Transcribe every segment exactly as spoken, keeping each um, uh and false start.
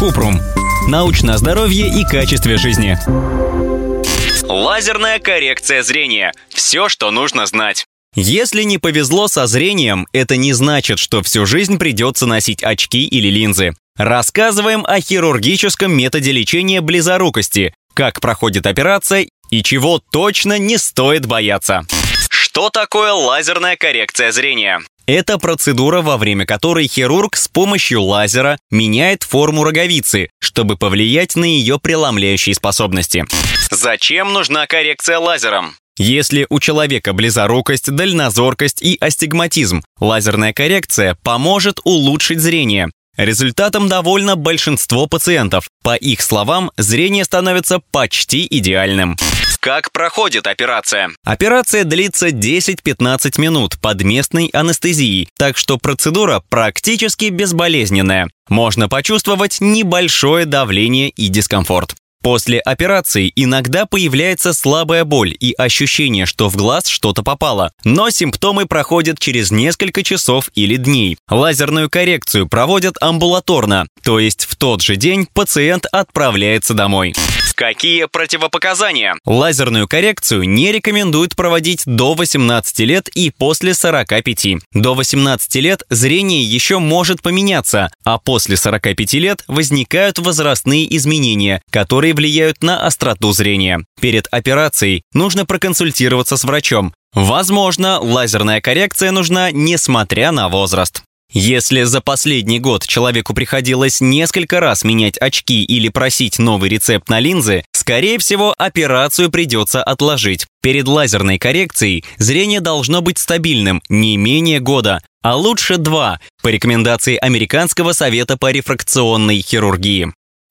Купрум. Научное здоровье и качестве жизни. Лазерная коррекция зрения. Все, что нужно знать. Если не повезло со зрением, это не значит, что всю жизнь придется носить очки или линзы. Рассказываем о хирургическом методе лечения близорукости, как проходит операция и чего точно не стоит бояться. Что такое лазерная коррекция зрения? Это процедура, во время которой хирург с помощью лазера меняет форму роговицы, чтобы повлиять на ее преломляющие способности. Зачем нужна коррекция лазером? Если у человека близорукость, дальнозоркость и астигматизм, лазерная коррекция поможет улучшить зрение. Результатом довольно большинство пациентов. По их словам, зрение становится почти идеальным. Как проходит операция? Операция длится десять-пятнадцать минут под местной анестезией, так что процедура практически безболезненная. Можно почувствовать небольшое давление и дискомфорт. После операции иногда появляется слабая боль и ощущение, что в глаз что-то попало, но симптомы проходят через несколько часов или дней. Лазерную коррекцию проводят амбулаторно, то есть в тот же день пациент отправляется домой. Какие противопоказания? Лазерную коррекцию не рекомендуют проводить до восемнадцати лет и после сорока пяти. До восемнадцати лет зрение еще может поменяться, а после сорока пяти лет возникают возрастные изменения, которые влияют на остроту зрения. Перед операцией нужно проконсультироваться с врачом. Возможно, лазерная коррекция нужна несмотря на возраст. Если за последний год человеку приходилось несколько раз менять очки или просить новый рецепт на линзы, скорее всего, операцию придется отложить. Перед лазерной коррекцией зрение должно быть стабильным не менее года, а лучше два, по рекомендации Американского совета по рефракционной хирургии.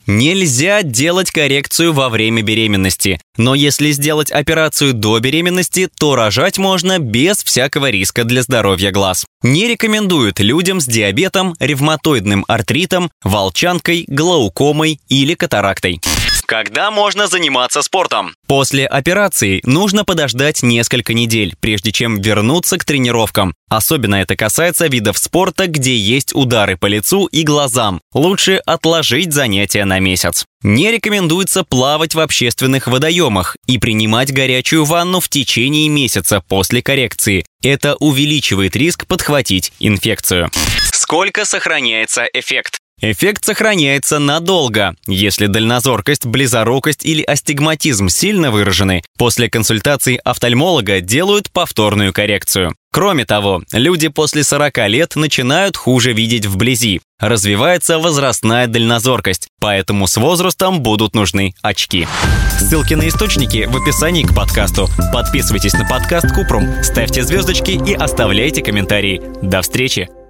Нельзя делать коррекцию во время беременности, но если сделать операцию до беременности, то рожать можно без всякого риска для здоровья глаз. Не рекомендуют людям с диабетом, ревматоидным артритом, волчанкой, глаукомой или катарактой. Когда можно заниматься спортом? После операции нужно подождать несколько недель, прежде чем вернуться к тренировкам. Особенно это касается видов спорта, где есть удары по лицу и глазам. Лучше отложить занятия на месяц. Не рекомендуется плавать в общественных водоемах и принимать горячую ванну в течение месяца после коррекции. Это увеличивает риск подхватить инфекцию. Сколько сохраняется эффект? Эффект сохраняется надолго. Если дальнозоркость, близорукость или астигматизм сильно выражены, после консультации офтальмолога делают повторную коррекцию. Кроме того, люди после сорока лет начинают хуже видеть вблизи. Развивается возрастная дальнозоркость, поэтому с возрастом будут нужны очки. Ссылки на источники в описании к подкасту. Подписывайтесь на подкаст Купрум, ставьте звездочки и оставляйте комментарии. До встречи!